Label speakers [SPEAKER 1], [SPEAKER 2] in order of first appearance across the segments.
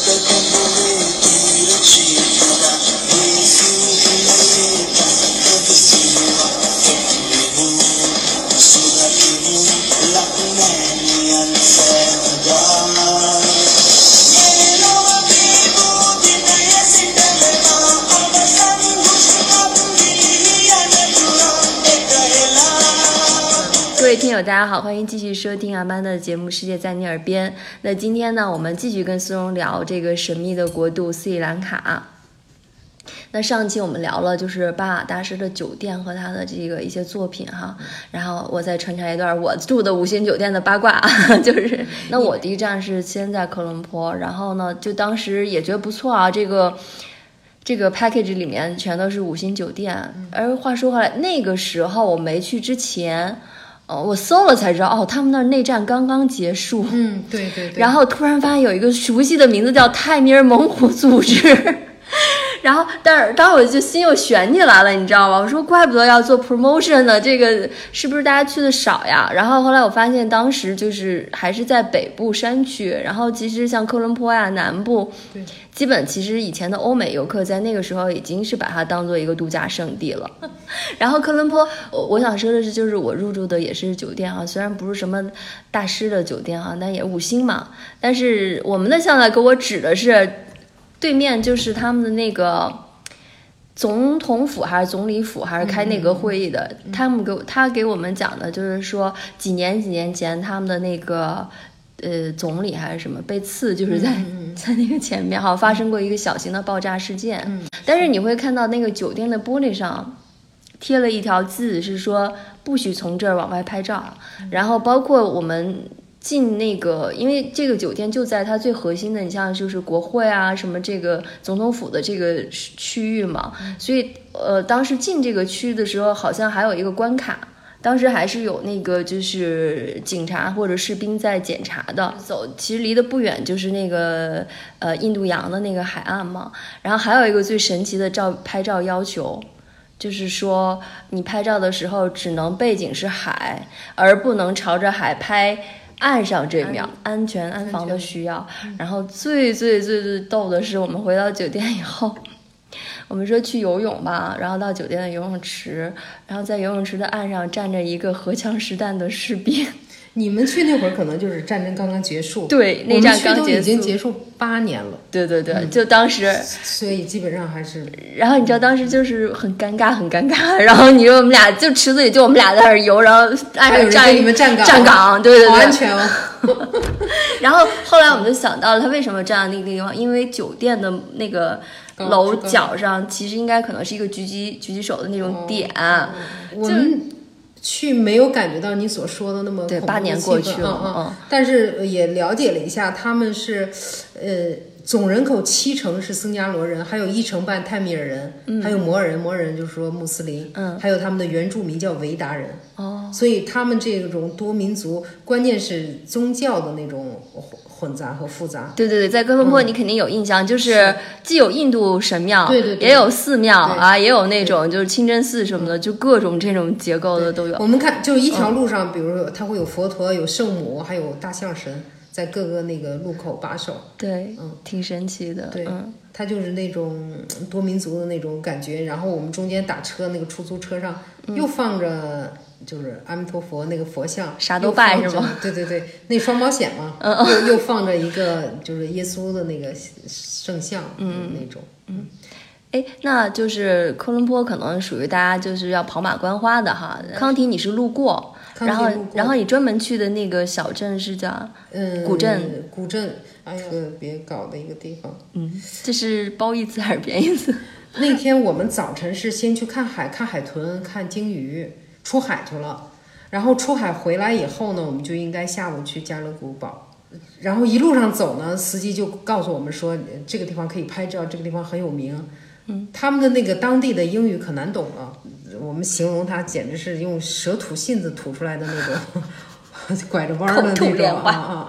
[SPEAKER 1] 各位听友大家好，欢迎继续收听阿曼的节目《世界在你耳边》。那今天呢，我们继续跟苏荣聊这个神秘的国度斯里兰卡。那上期我们聊了就是巴马大师的酒店和他的这个一些作品哈，然后我再穿插一段我住的5星酒店的八卦，就是那我第一站是先在科伦坡，然后呢就当时也觉得不错啊，这个 package 里面全都是5星酒店。而话说回来，那个时候我没去之前我搜了才知道，哦，他们那儿内战刚刚结束。
[SPEAKER 2] 对。
[SPEAKER 1] 然后突然发现有一个熟悉的名字叫泰米尔猛虎组织。然后，但是当时我就心又悬起来了，你知道吗？我说，怪不得要做 promotion 呢，这个是不是大家去的少呀？然后后来我发现，当时就是还是在北部山区，然后其实像科伦坡呀、南部，基本其实以前的欧美游客在那个时候已经是把它当做一个度假胜地了。然后科伦坡，我想说的是，就是我入住的也是酒店啊，虽然不是什么大师的酒店啊，但也5星嘛。但是我们的向导给我指的是。对面就是他们的那个总统府还是总理府还是开内阁会议的，他给我们讲的就是说几年前他们的那个总理还是什么被刺，就是在那个前面好发生过一个小型的爆炸事件。但是你会看到那个酒店的玻璃上贴了一条字，是说不许从这儿往外拍照。然后包括我们进那个，因为这个酒店就在它最核心的，你像就是国会啊什么这个总统府的这个区域嘛，所以当时进这个区的时候好像还有一个关卡，当时还是有那个就是警察或者士兵在检查的。走其实离得不远就是那个印度洋的那个海岸嘛。然后还有一个最神奇的拍照要求，就是说你拍照的时候只能背景是海，而不能朝着海拍岸上这面，安全安防的需要。然后最逗的是，我们回到酒店以后，我们说去游泳吧，然后到酒店的游泳池，然后在游泳池的岸上站着一个荷枪实弹的士兵。
[SPEAKER 2] 你们去那会儿可能就是战争刚刚结束，
[SPEAKER 1] 对，内战刚结束，
[SPEAKER 2] 我们去都已经结束8年了。
[SPEAKER 1] 对，就当时，
[SPEAKER 2] 所以基本上还是。
[SPEAKER 1] 然后你知道当时就是很尴尬，然后你说我们俩就池子里就我们俩在那儿游，然后岸上站
[SPEAKER 2] 你们站
[SPEAKER 1] 岗，对，
[SPEAKER 2] 好安全哦。
[SPEAKER 1] 然后后来我们就想到了他为什么站在那个地方，因为酒店的那个楼角上其实应该可能是一个狙击手的那种点。
[SPEAKER 2] 我们去没有感觉到你所说的那么恐怖的气氛。
[SPEAKER 1] 对，8年过去了，
[SPEAKER 2] 但是也了解了一下，他们是总人口70%是僧伽罗人，还有1成半泰米尔人，还有摩尔人就是说穆斯林，还有他们的原住民叫维达人。所以他们这种多民族，关键是宗教的那种混杂和复杂。
[SPEAKER 1] 对，在哥伦坡你肯定有印象，就是既有印度神庙，
[SPEAKER 2] 对，
[SPEAKER 1] 也有寺庙啊，也有那种就是清真寺什么的，就各种这种结构的都有。
[SPEAKER 2] 我们看就一条路上，比如说它会有佛陀、有圣母，还有大象神，在各个那个路口把守。
[SPEAKER 1] 对，挺神奇的。
[SPEAKER 2] 对，它就是那种多民族的那种感觉。然后我们中间打车，那个出租车上又放着。就是阿弥陀佛那个佛像，
[SPEAKER 1] 啥都拜是吗？
[SPEAKER 2] 对，那双保险嘛，又放着一个就是耶稣的那个圣像，那种。
[SPEAKER 1] 那就是科伦坡可能属于大家就是要跑马观花的哈。康提你是路过，然后你专门去的那个小镇是叫古镇。
[SPEAKER 2] 古镇，哎呀，特别搞的一个地方。
[SPEAKER 1] 这是褒义词还是贬义词？
[SPEAKER 2] 那天我们早晨是先去看海豚、看鲸鱼。出海去了，然后出海回来以后呢，我们就应该下午去加勒古堡。然后一路上走呢，司机就告诉我们说，这个地方可以拍照，这个地方很有名。他们的那个当地的英语可难懂了，我们形容它简直是用舌吐信子吐出来的那种，拐着弯的那种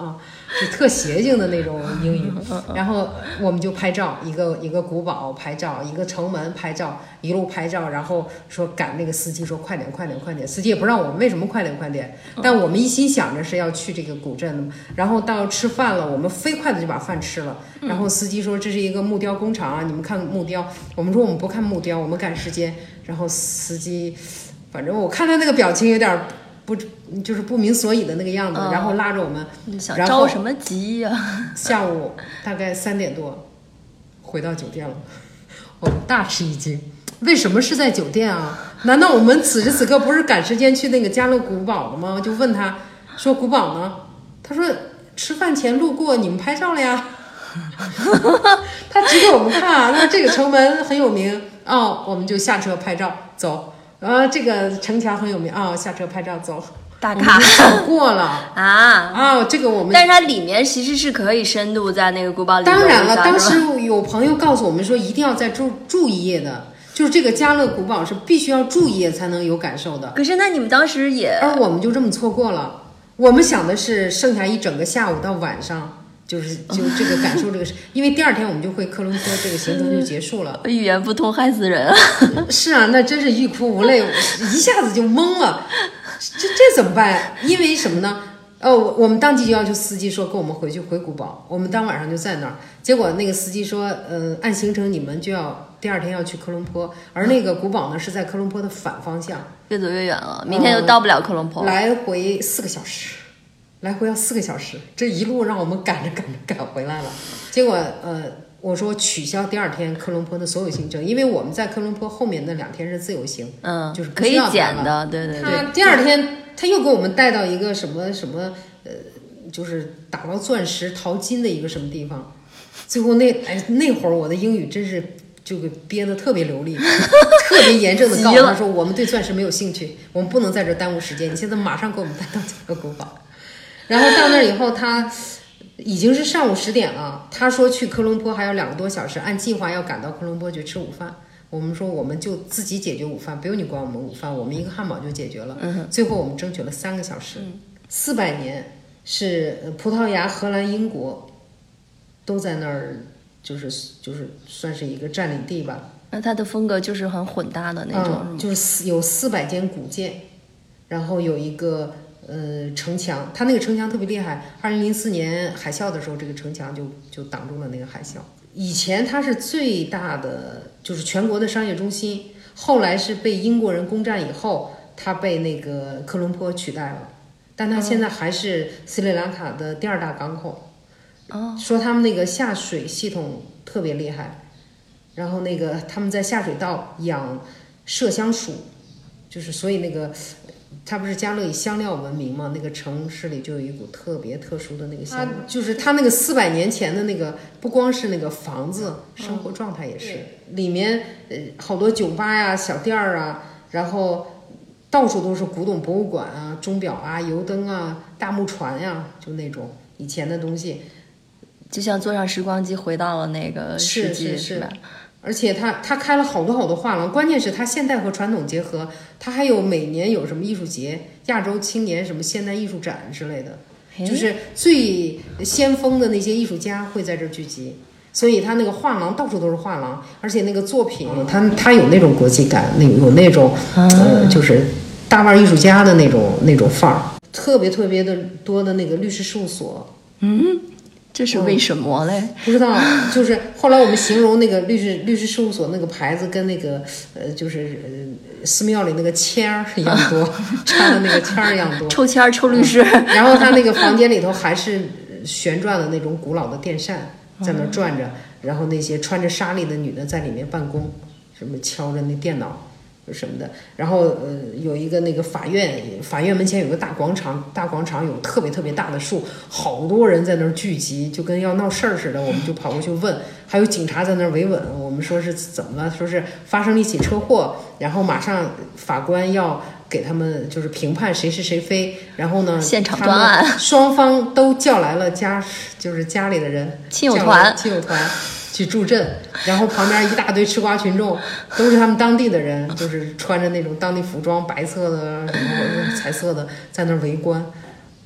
[SPEAKER 2] 就特邪性的那种英语。然后我们就拍照，一个古堡拍照，一个城门拍照，一路拍照，然后说赶那个司机说快点快点快点，司机也不让我们为什么快点快点，但我们一心想着是要去这个古镇的。然后到吃饭了，我们飞快的就把饭吃了。然后司机说这是一个木雕工厂啊，你们看木雕。我们说我们不看木雕，我们赶时间。然后司机，反正我看他那个表情有点就是不明所以的那个样子，然后拉着我们，
[SPEAKER 1] 想着什么急呀？
[SPEAKER 2] 下午大概3点多回到酒店了，我们大吃一惊，为什么是在酒店啊？难道我们此时此刻不是赶时间去那个加勒古堡了吗？就问他说古堡呢？他说吃饭前路过，你们拍照了呀。他指给我们看啊，他说这个城门很有名哦，我们就下车拍照走。这个城墙很有名哦，下车拍照走。
[SPEAKER 1] 打卡
[SPEAKER 2] 走过了
[SPEAKER 1] 啊
[SPEAKER 2] 这个我们，
[SPEAKER 1] 但是它里面其实是可以深度在那个古堡里。
[SPEAKER 2] 当然了，当时有朋友告诉我们说，一定要再住一夜的，就是这个加勒古堡是必须要住一夜才能有感受的。
[SPEAKER 1] 可是那你们当时也，
[SPEAKER 2] 而我们就这么错过了。我们想的是剩下一整个下午到晚上。就这个感受这个是，因为第2天我们就回科伦坡，这个行程就结束了。
[SPEAKER 1] 语言不通害死人啊！
[SPEAKER 2] 是啊，那真是欲哭无泪，一下子就懵了。这怎么办？因为什么呢？我们当即就要求司机说跟我们回古堡，我们当晚上就在那儿。结果那个司机说，按行程你们就要第2天要去科伦坡，而那个古堡呢是在科伦坡的反方向，
[SPEAKER 1] 越走越远了，明天就到不了科伦坡。
[SPEAKER 2] 来回4个小时。来回要4个小时，这一路让我们赶回来了。结果我说取消第2天科伦坡的所有行程，因为我们在科伦坡后面的2天是自由行，
[SPEAKER 1] 就是
[SPEAKER 2] 可以
[SPEAKER 1] 减的，对。
[SPEAKER 2] 他第2天他又给我们带到一个什么就是打捞钻石、淘金的一个什么地方。最后那会儿我的英语真是就给憋得特别流利，特别严正的告诉他说，我们对钻石没有兴趣，我们不能在这耽误时间，你现在马上给我们带到加勒古堡。然后到那儿以后，他已经是上午10点了。他说去科伦坡还有2个多小时，按计划要赶到科伦坡去吃午饭。我们说我们就自己解决午饭，不用你管我们午饭，我们一个汉堡就解决了。最后我们争取了3个小时。400年是葡萄牙、荷兰、英国都在那儿，就是算是一个占领地吧。
[SPEAKER 1] 那它的风格就是很混搭的那种，
[SPEAKER 2] 就是有400间古建，然后有一个。城墙，它那个城墙特别厉害。2004年海啸的时候，这个城墙就挡住了那个海啸。以前它是最大的，就是全国的商业中心。后来是被英国人攻占以后，它被那个科伦坡取代了。但它现在还是斯里兰卡的第2大港口。说他们那个下水系统特别厉害，然后那个他们在下水道养麝香鼠，就是所以那个。它不是加勒以香料闻名吗？那个城市里就有一股特别特殊的那个香味，就是它那个400年前的那个，不光是那个房子，生活状态也是，里面好多酒吧呀、小店儿啊，然后到处都是古董博物馆啊、钟表啊、油灯啊、大木船呀，就那种以前的东西，
[SPEAKER 1] 就像坐上时光机回到了那个世纪，
[SPEAKER 2] 是吧？而且他开了好多画廊，关键是他现代和传统结合，他还有每年有什么艺术节、亚洲青年什么现代艺术展之类的，就是最先锋的那些艺术家会在这儿聚集，所以他那个画廊到处都是画廊，而且那个作品他有那种国际感，有那种就是大腕艺术家的那种范儿，特别的多的那个律师事务所，
[SPEAKER 1] 这是为什么嘞？
[SPEAKER 2] 不知道，就是后来我们形容那个律师事务所那个牌子跟那个就是寺庙里那个签儿一样多，插的那个签儿一样多，
[SPEAKER 1] 抽签儿抽律师。
[SPEAKER 2] 然后他那个房间里头还是旋转的那种古老的电扇在那转着，然后那些穿着纱丽的女的在里面办公，什么敲着那电脑。什么的，然后有一个那个法院门前有个大广场有特别大的树，好多人在那儿聚集，就跟要闹事儿似的。我们就跑过去问，还有警察在那儿维稳。我们说是怎么了？说是发生了一起车祸，然后马上法官要给他们就是评判谁是谁非。然后呢，
[SPEAKER 1] 现场专案，
[SPEAKER 2] 双方都叫来了就是家里的人，
[SPEAKER 1] 亲友团。
[SPEAKER 2] 去助阵，然后旁边一大堆吃瓜群众，都是他们当地的人，就是穿着那种当地服装，白色的什么彩色的，在那儿围观。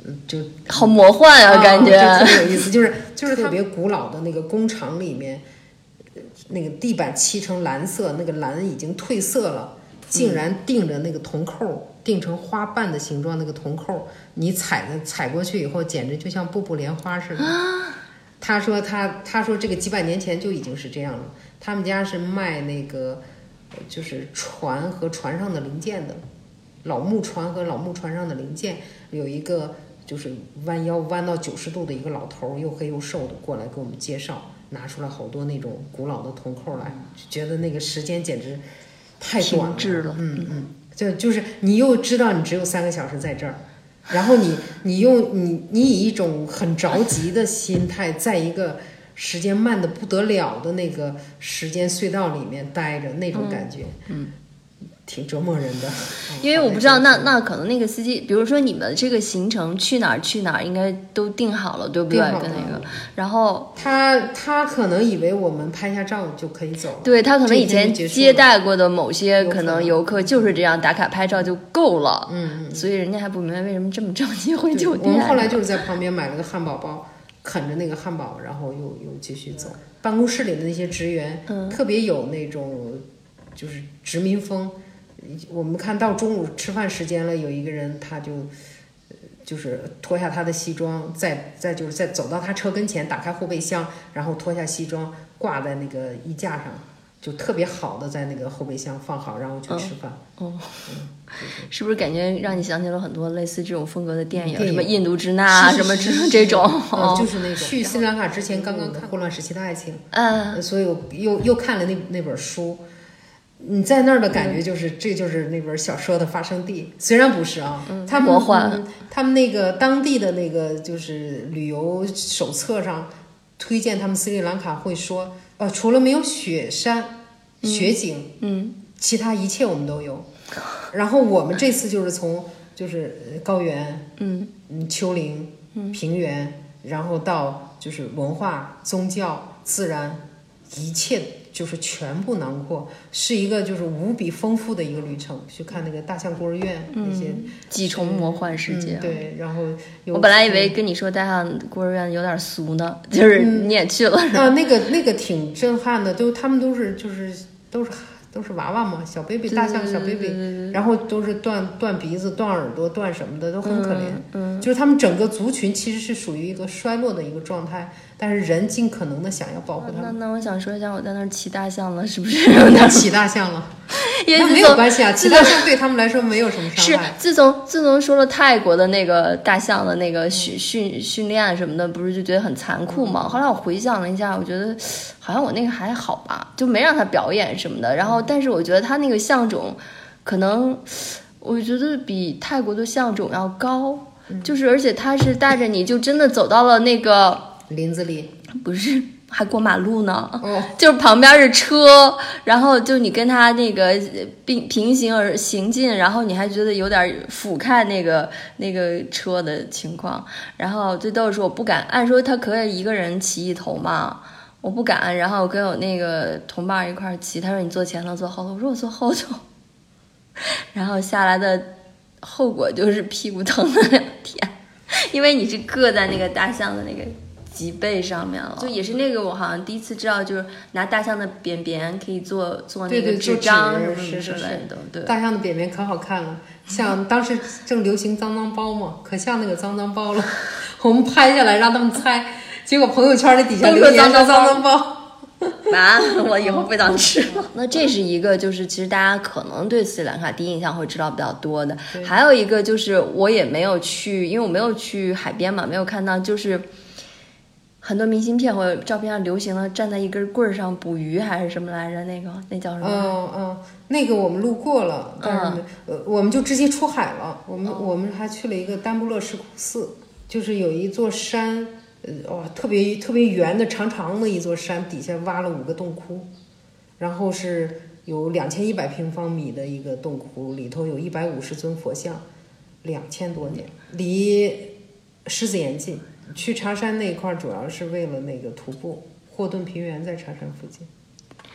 [SPEAKER 2] 就
[SPEAKER 1] 好魔幻啊，感觉
[SPEAKER 2] 就特别有意思，就是特别古老的那个工厂里面，那个地板漆成蓝色，那个蓝已经褪色了，竟然钉着那个铜扣，钉成花瓣的形状那个铜扣，你踩过去以后，简直就像步步莲花似的。他说这个几百年前就已经是这样了。他们家是卖那个就是船和船上的零件的，老木船和老木船上的零件，有一个就是弯腰弯到90度的一个老头，又黑又瘦的过来给我们介绍，拿出来好多那种古老的铜扣来，觉得那个时间简直太短
[SPEAKER 1] 了。
[SPEAKER 2] 就是你又知道你只有3个小时在这儿。然后你以一种很着急的心态，在一个时间慢的不得了的那个时间隧道里面待着，那种感觉，挺折磨人的。
[SPEAKER 1] 因为我不知道，那可能那个司机，比如说你们这个行程去哪儿，应该都定好了，对不对？跟那个，然后
[SPEAKER 2] 他可能以为我们拍下照就可以走了，
[SPEAKER 1] 对，他可能以前接待过的某些可能游客就是这样，打卡拍照就够了。所以人家还不明白为什么这么着急回酒店。
[SPEAKER 2] 我们后来就是在旁边买了个汉堡包，啃着那个汉堡，然后又继续走。办公室里的那些职员，特别有那种就是殖民风。我们看到中午吃饭时间了，有一个人他就是脱下他的西装，再走到他车跟前，打开后备箱，然后脱下西装挂在那个衣架上，就特别好的在那个后备箱放好，然后去吃饭。
[SPEAKER 1] 是不是感觉让你想起了很多类似这种风格的电影，什么印度支那什么这种？
[SPEAKER 2] 就是那种。去斯里兰卡之前刚刚看《混乱时期的爱情》，所以我又看了那本书。你在那儿的感觉这就是那本小说的发生地，虽然不是啊，他们
[SPEAKER 1] 魔幻，
[SPEAKER 2] 他们那个当地的那个就是旅游手册上推荐他们斯里兰卡会说，除了没有雪山、雪景，其他一切我们都有。然后我们这次就是从就是高原，丘陵，平原，然后到就是文化、宗教、自然，一切。就是全部囊括，是一个就是无比丰富的一个旅程。去看那个大象孤儿院，那些
[SPEAKER 1] 几重魔幻世界。
[SPEAKER 2] 对，然后
[SPEAKER 1] 我本来以为跟你说大象孤儿院有点俗呢，就是你也去了。
[SPEAKER 2] 那个挺震撼的，他们都是娃娃嘛，小 baby， 大象小 baby， 然后都是断鼻子、断耳朵、断什么的，都很可怜。就是他们整个族群其实是属于一个衰落的一个状态，但是人尽可能的想要保护他们。
[SPEAKER 1] 那我想说一下，我在那儿骑大象了，是不是？
[SPEAKER 2] 骑大象了。那没有关系啊，骑大象对他们来说没有什么伤害。
[SPEAKER 1] 自从说了泰国的那个大象的那个训练什么的，不是就觉得很残酷吗？后来我回想了一下，我觉得好像我那个还好吧，就没让他表演什么的。然后，但是我觉得他那个象种，可能我觉得比泰国的象种要高，就是而且他是带着你就真的走到了那个
[SPEAKER 2] 林子里，
[SPEAKER 1] 不是。还过马路呢，就是旁边是车，然后就你跟他那个平行而行进，然后你还觉得有点俯瞰那个车的情况，然后最逗是我不敢，按说他可以一个人骑一头嘛，我不敢，然后我跟我那个同伴一块骑，他说你坐前头坐后头，我说我坐后头，然后下来的后果就是屁股疼了2天，因为你是硌在那个大象的那个脊背上面了，就也是那个我好像第一次知道，就是拿大象的便便可以做那个纸张什么之类的。对，
[SPEAKER 2] 大象的便便可好看了，像当时正流行脏脏包嘛，可像那个脏脏包了。我们拍下来让他们猜，结果朋友圈的底下留言说脏脏包。
[SPEAKER 1] 我以后不想吃了。那这是一个，就是其实大家可能对斯里兰卡第一印象会知道比较多的。还有一个就是我也没有去，因为我没有去海边嘛，没有看到就是很多明信片或者照片上流行了站在一根棍上捕鱼还是什么来着，那叫什么？
[SPEAKER 2] 那个我们路过了，但是我们就直接出海了。我们还去了一个丹布勒石窟寺，就是有一座山，特别特别圆的长长的一座山，底下挖了5个洞窟，然后是有2100平方米的一个洞窟，里头有150尊佛像，2000多年，离狮子岩近。去茶山那一块主要是为了那个徒步，霍顿平原在茶山附近。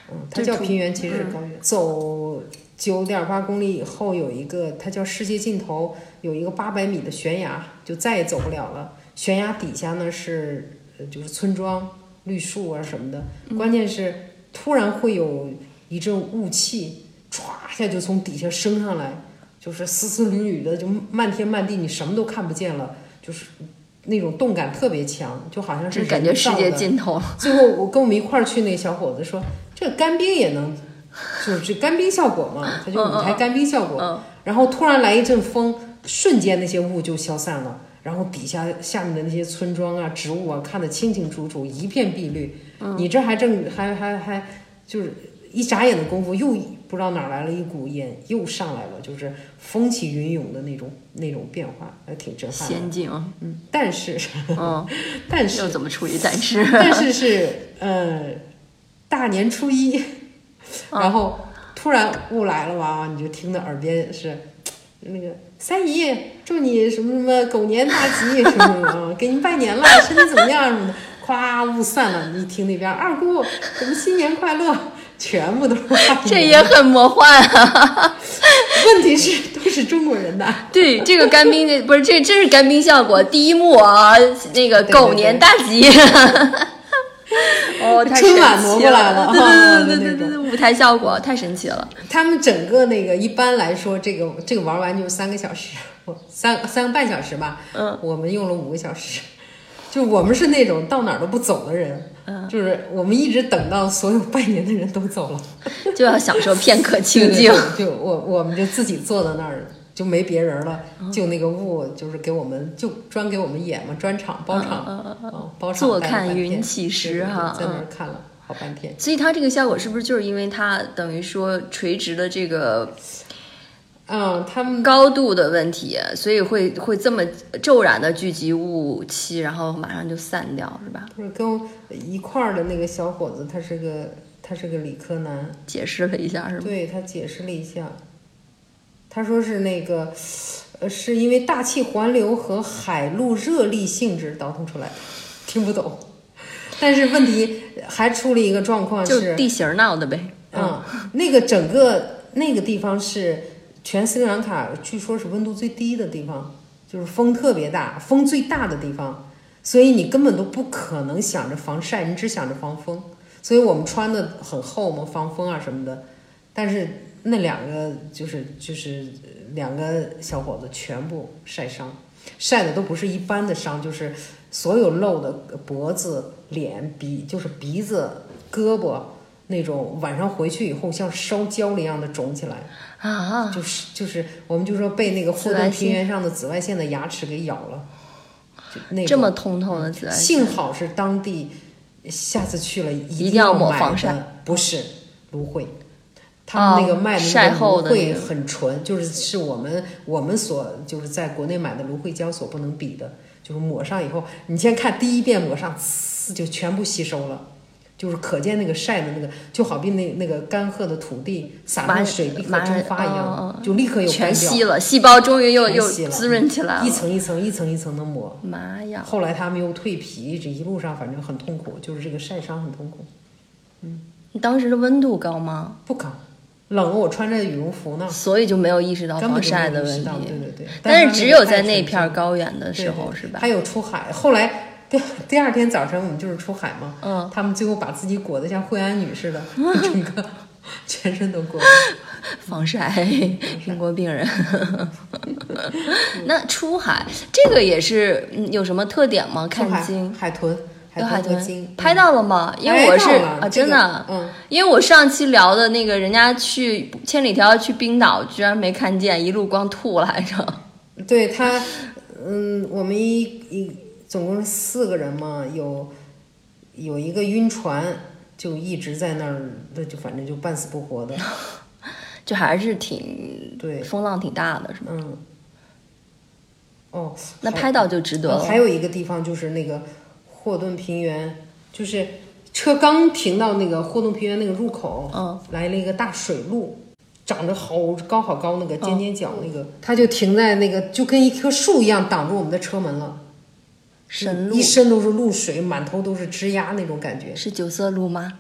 [SPEAKER 2] 它叫平原，其实是高原。走9.8公里以后有一个，它叫世界尽头，有一个800米的悬崖，就再也走不了了。悬崖底下呢是就是村庄、绿树啊什么的。关键是突然会有一阵雾气，唰一下就从底下升上来，就是丝丝缕缕的，就漫天漫地，你什么都看不见了，就是那种动感特别强，就好像是
[SPEAKER 1] 感觉世界尽头了。
[SPEAKER 2] 最后我跟我们一块儿去那个小伙子说，这个干冰也能，就是干冰效果嘛，他就舞台干冰效果。然后突然来一阵风，瞬间那些雾就消散了，然后下面的那些村庄啊、植物啊，看得清清楚楚，一片碧绿。你这还就是一眨眼的功夫，又不知道哪来了一股烟，又上来了，就是风起云涌的那种变化，还挺震撼的。
[SPEAKER 1] 仙境。
[SPEAKER 2] 但是
[SPEAKER 1] 又怎么处理？但
[SPEAKER 2] 是大年初一，然后突然雾来了哇，你就听到耳边是那个三姨，祝你什么什么狗年大吉，什么什么，给您拜年了，身体怎么样什么的，咵雾散了，你一听那边二姑什么新年快乐，全部都是
[SPEAKER 1] 这也很魔幻啊。
[SPEAKER 2] 问题是都是中国人的。
[SPEAKER 1] 对，这个干冰不是这真是干冰效果，第一幕啊，那个狗年大吉。哦，太神奇了！
[SPEAKER 2] 春晚挪过来了，
[SPEAKER 1] 对，舞台效果太神奇了。
[SPEAKER 2] 他们整个那个一般来说，这个玩完就3个小时，三个半小时吧。我们用了5个小时。就我们是那种到哪儿都不走的人，就是我们一直等到所有拜年的人都走了，
[SPEAKER 1] 就要享受片刻清静。
[SPEAKER 2] 对，就我们就自己坐在那儿。就没别人了，就那个雾，就是给我们就专给我们演嘛，专场包场，包场
[SPEAKER 1] 坐看云起时哈，
[SPEAKER 2] 在那儿看了好半天。
[SPEAKER 1] 所以它这个效果是不是就是因为它等于说垂直的这个，
[SPEAKER 2] 他们
[SPEAKER 1] 高度的问题，所以会这么骤然的聚集雾气，然后马上就散掉，是吧？
[SPEAKER 2] 不是跟我一块儿的那个小伙子，他是个理科男，
[SPEAKER 1] 解释了一下是吗？
[SPEAKER 2] 对，他解释了一下。他说是那个，是因为大气环流和海陆热力性质导通出来的，听不懂。但是问题还出了一个状况是，
[SPEAKER 1] 就地形闹的呗。
[SPEAKER 2] 那个整个那个地方是全斯里兰卡据说是温度最低的地方，就是风特别大，风最大的地方，所以你根本都不可能想着防晒，你只想着防风。所以我们穿的很厚嘛，防风啊什么的，但是。那2个就是2个小伙子全部晒伤，晒的都不是一般的伤，就是所有露的脖子、脸、就是鼻子、胳膊那种，晚上回去以后像烧焦了一样的肿起来啊！就是我们就说被那个霍顿平原上的紫外线的牙齿给咬了，
[SPEAKER 1] 这么通透的紫外线。
[SPEAKER 2] 幸好是当地，下次去了一定
[SPEAKER 1] 要抹防晒，
[SPEAKER 2] 不是芦荟。他们那个卖的那个芦荟很纯，就是我们所就是在国内买的芦荟胶所不能比的，就是抹上以后，你先看第一遍抹上，就全部吸收了，就是可见那个晒的那个，就好比那个干涸的土地撒上水立刻蒸发一样，就立刻又
[SPEAKER 1] 全吸了，细胞终于又滋润起来了，
[SPEAKER 2] 一层一层的抹。
[SPEAKER 1] 妈呀！
[SPEAKER 2] 后来他们又蜕皮，这一路上反正很痛苦，就是这个晒伤很痛苦。
[SPEAKER 1] 你当时的温度高吗？
[SPEAKER 2] 不高。冷，我穿着羽绒服呢，
[SPEAKER 1] 所以就没有意识到防晒的问题。
[SPEAKER 2] 对，
[SPEAKER 1] 但是只有在那片高原的时候，是吧？
[SPEAKER 2] 还有出海，后来第2天早晨我们就是出海嘛，他们最后把自己裹得像惠安女似的，整个全身都裹着。
[SPEAKER 1] 防晒，英国病人。那出海这个也是有什么特点吗？看鲸、
[SPEAKER 2] 海豚。
[SPEAKER 1] 有海豚
[SPEAKER 2] 鲸
[SPEAKER 1] 拍到了吗？因为我是真的，因为我上期聊的那个人家去千里迢去冰岛，居然没看见，一路光吐来着。
[SPEAKER 2] 对他，我们总共4个人嘛，有一个晕船，就一直在那儿，就反正就半死不活的，
[SPEAKER 1] 就还是挺
[SPEAKER 2] 对，
[SPEAKER 1] 风浪挺大的，是吗？那拍到就值得了。
[SPEAKER 2] 还有一个地方就是那个。霍顿平原，就是车刚停到那个霍顿平原那个入口，来了一个大水路，长着好高那个尖尖角那个，它就停在那个就跟一棵树一样挡住我们的车门了，
[SPEAKER 1] 神鹿，
[SPEAKER 2] 一身都是露水，满头都是枝桠那种感觉。
[SPEAKER 1] 是9色鹿吗？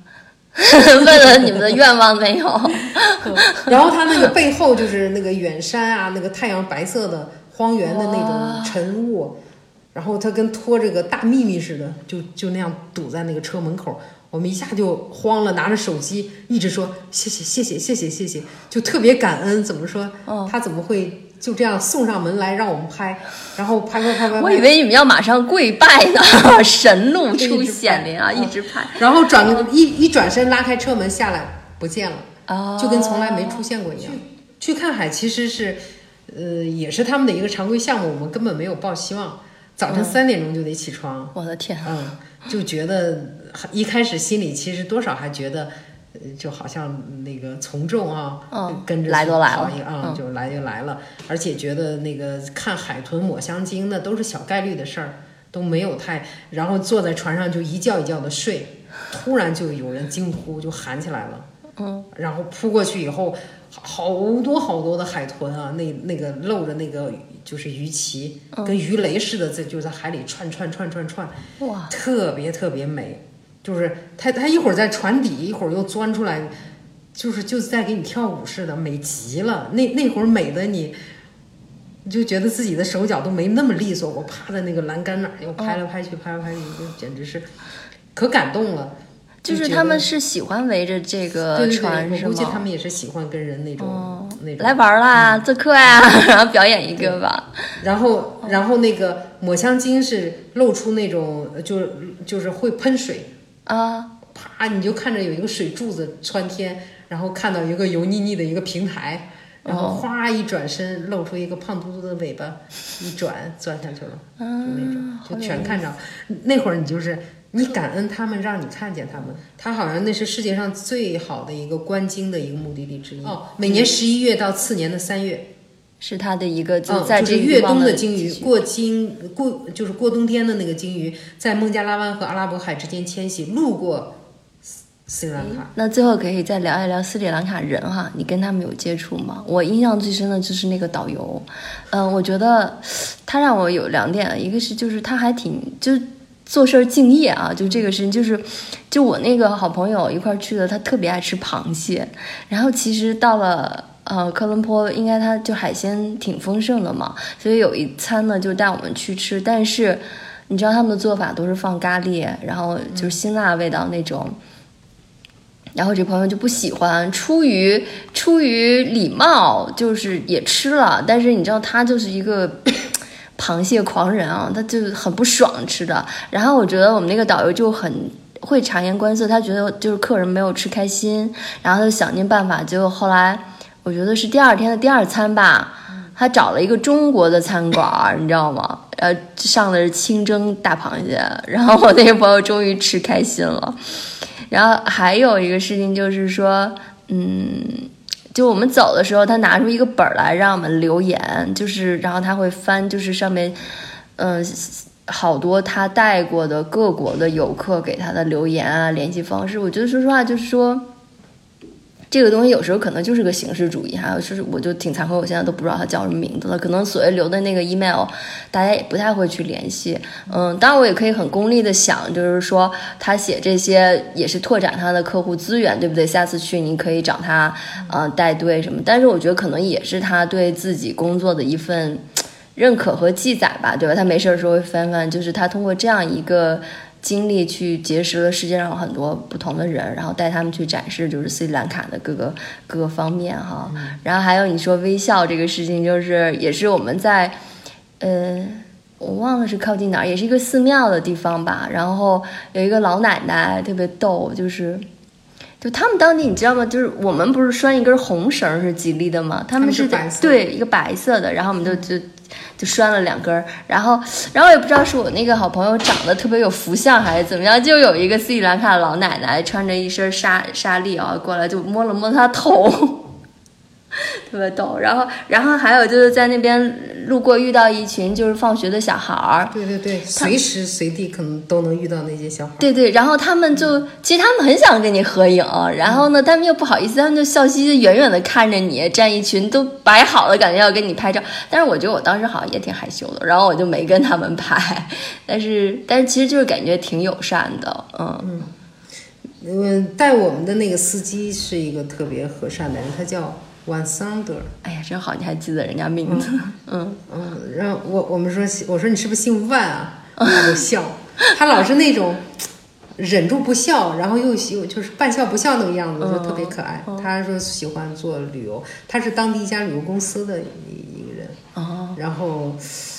[SPEAKER 1] 问了你们的愿望没有？
[SPEAKER 2] 然后它那个背后就是那个远山啊，那个太阳白色的荒原的那种晨雾，然后它跟拖这个大秘密似的，就那样堵在那个车门口。我们一下就慌了，拿着手机一直说谢谢谢谢谢谢谢谢，就特别感恩。怎么说？他怎么会就这样送上门来让我们拍？然后拍，
[SPEAKER 1] 我以为你们要马上跪拜呢，神怒出显灵啊，一直拍。
[SPEAKER 2] 然后一转身拉开车门下来不见了，就跟从来没出现过一样。去看海其实是，也是他们的一个常规项目，我们根本没有抱希望。早晨3点钟就得起床，
[SPEAKER 1] 我的天，
[SPEAKER 2] 就觉得一开始心里其实多少还觉得，就好像那个从众啊，跟着
[SPEAKER 1] 来都来了
[SPEAKER 2] 就来就来了，而且觉得那个看海豚抹香鲸那都是小概率的事儿，都没有太，然后坐在船上就一觉一觉的睡，突然就有人惊呼就喊起来了，然后扑过去以后。好多好多的海豚啊，那个露着那个就是鱼鳍，跟鱼雷似的，就在海里串，
[SPEAKER 1] 哇，
[SPEAKER 2] 特别特别美。就是它一会儿在船底，一会儿又钻出来，就是在给你跳舞似的，美极了。那会儿美的你就觉得自己的手脚都没那么利索。我趴在那个栏杆那儿又拍来拍去，就简直是可感动了。
[SPEAKER 1] 就是他们是喜欢围着这个船，
[SPEAKER 2] 对，我估计他们也是喜欢跟人那种
[SPEAKER 1] 来玩啦，做客呀，然后表演一个吧。
[SPEAKER 2] 然后那个抹香鲸是露出那种就是会喷水
[SPEAKER 1] 啊，
[SPEAKER 2] 啪你就看着有一个水柱子穿天，然后看到一个油腻腻的一个平台，然后哗一转身露出一个胖嘟嘟的尾巴，一钻下去了，就那种就全看着。那会儿你感恩他们，让你看见他们。他好像那是世界上最好的一个观鲸的一个目的地之一。每年11月到次年的3月，
[SPEAKER 1] 是他的一个就在这
[SPEAKER 2] 就是越冬的鲸鱼就是过冬天的那个鲸鱼，在孟加拉湾和阿拉伯海之间迁徙，路过斯里兰卡。
[SPEAKER 1] 那最后可以再聊一聊斯里兰卡人哈，你跟他们有接触吗？我印象最深的就是那个导游，我觉得他让我有2点，一个是就是他还挺做事敬业啊，就这个事情，就我那个好朋友一块去的，他特别爱吃螃蟹，然后其实到了科伦坡，应该他就海鲜挺丰盛的嘛，所以有一餐呢就带我们去吃，但是你知道他们的做法都是放咖喱，然后就是辛辣味道那种。然后这朋友就不喜欢，出于礼貌，就是也吃了，但是你知道他就是一个螃蟹狂人啊，他就很不爽吃的。然后我觉得我们那个导游就很会察言观色，他觉得就是客人没有吃开心，然后他就想尽办法。结果后来我觉得是第2天的第2餐吧，他找了一个中国的餐馆，你知道吗？上的是清蒸大螃蟹，然后我那个朋友终于吃开心了。然后还有一个事情就是说，就我们走的时候，他拿出一个本来让我们留言，就是然后他会翻，就是上面，好多他带过的各国的游客给他的留言啊、联系方式。我觉得说实话，就是说这个东西有时候可能就是个形式主义哈，就是我就挺惭愧，我现在都不知道他叫什么名字了。可能所谓留的那个 email， 大家也不太会去联系。当然我也可以很功利的想，就是说他写这些也是拓展他的客户资源，对不对？下次去你可以找他带队什么。但是我觉得可能也是他对自己工作的一份认可和记载吧，对吧？他没事的时候会翻翻，就是他通过这样一个经历去结识了世界上很多不同的人，然后带他们去展示就是斯里兰卡的各个方面哈。然后还有你说微笑这个事情，就是也是我们在我忘了是靠近哪儿，也是一个寺庙的地方吧。然后有一个老奶奶特别逗，就他们当地你知道吗？就是我们不是拴一根红绳是吉利的吗？他们是对一个白色的，然后我们就拴了2根，然后也不知道是我那个好朋友长得特别有福相还是怎么样，就有一个斯里兰卡的老奶奶穿着一身纱丽啊过来，就摸了摸她头，特别逗。然后还有就是在那边路过遇到一群就是放学的小孩儿，
[SPEAKER 2] 对，随时随地可能都能遇到那些小孩。
[SPEAKER 1] 对，然后他们其实他们很想跟你合影，然后呢他们又不好意思，他们就笑嘻嘻远远的看着你，站一群都摆好了，感觉要跟你拍照。但是我觉得我当时好像也挺害羞的，然后我就没跟他们拍，但是其实就是感觉挺友善的。
[SPEAKER 2] 带我们的那个司机是一个特别和善的人，他叫Van Sander。
[SPEAKER 1] 哎呀，真好，你还记得人家名字。
[SPEAKER 2] 然后我们说，我说你是不是姓万啊？他就笑，他老是那种忍住不笑，然后又就是半笑不笑那个样子，就特别可爱。他说喜欢做旅游，他是当地一家旅游公司的一个人。然后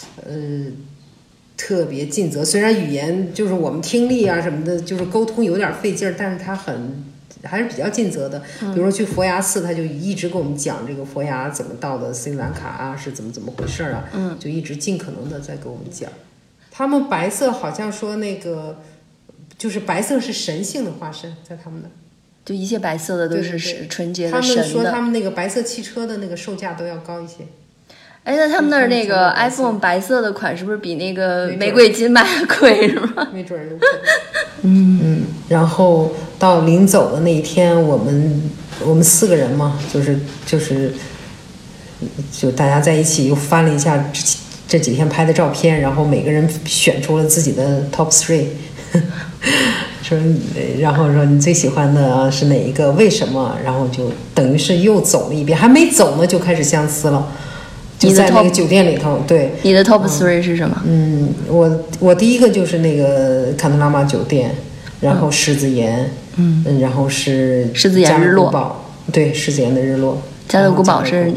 [SPEAKER 2] 特别尽责，虽然语言就是我们听力啊什么的，就是沟通有点费劲儿，但是他还是比较尽责的。比如说去佛牙寺，他就一直给我们讲这个佛牙怎么到的斯里兰卡啊，是怎么回事啊，就一直尽可能的在给我们讲。他们白色好像说那个，就是白色是神性的化身，在他们那，
[SPEAKER 1] 就一切白色的都是纯洁的
[SPEAKER 2] 神的。他们说他们那个白色汽车的那个售价都要高一些。
[SPEAKER 1] 哎，那他们那儿那个 iPhone 白色的款是不是比那个玫瑰金卖的贵是吗？
[SPEAKER 2] 没准有可能。然后到临走的那一天，我们4个人嘛，就大家在一起又翻了一下这几天拍的照片，然后每个人选出了自己的 top 3， 然后说你最喜欢的是哪一个，为什么？然后就等于是又走了一遍，还没走呢就开始相思了。就在那个酒店里头，对。
[SPEAKER 1] 你的 top 3是什么？
[SPEAKER 2] 我第一个就是那个坎特拉玛酒店，然后狮子岩，然后是
[SPEAKER 1] 狮子岩日落，
[SPEAKER 2] 对，狮子岩的日落。
[SPEAKER 1] 加勒古堡是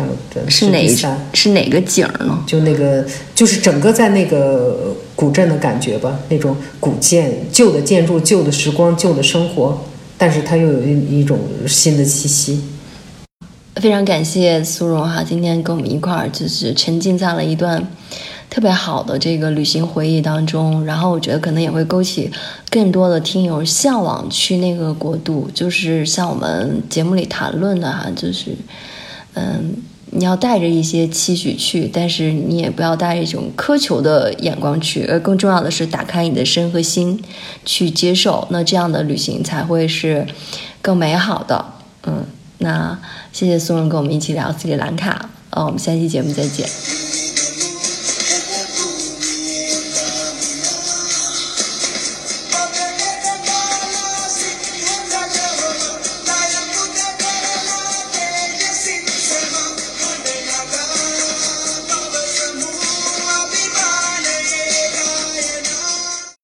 [SPEAKER 1] 哪个景呢？
[SPEAKER 2] 就那个就是整个在那个古镇的感觉吧，那种古建、旧的建筑、旧的时光、旧的生活，但是它又有一种新的气息。
[SPEAKER 1] 非常感谢苏荣哈，今天跟我们一块儿就是沉浸在了一段特别好的这个旅行回忆当中，然后我觉得可能也会勾起更多的听友向往去那个国度，就是像我们节目里谈论的哈，就是你要带着一些期许去，但是你也不要带着一种苛求的眼光去，而更重要的是打开你的身和心去接受，那这样的旅行才会是更美好的。那谢谢苏荣跟我们一起聊斯里兰卡，我们下期节目再见。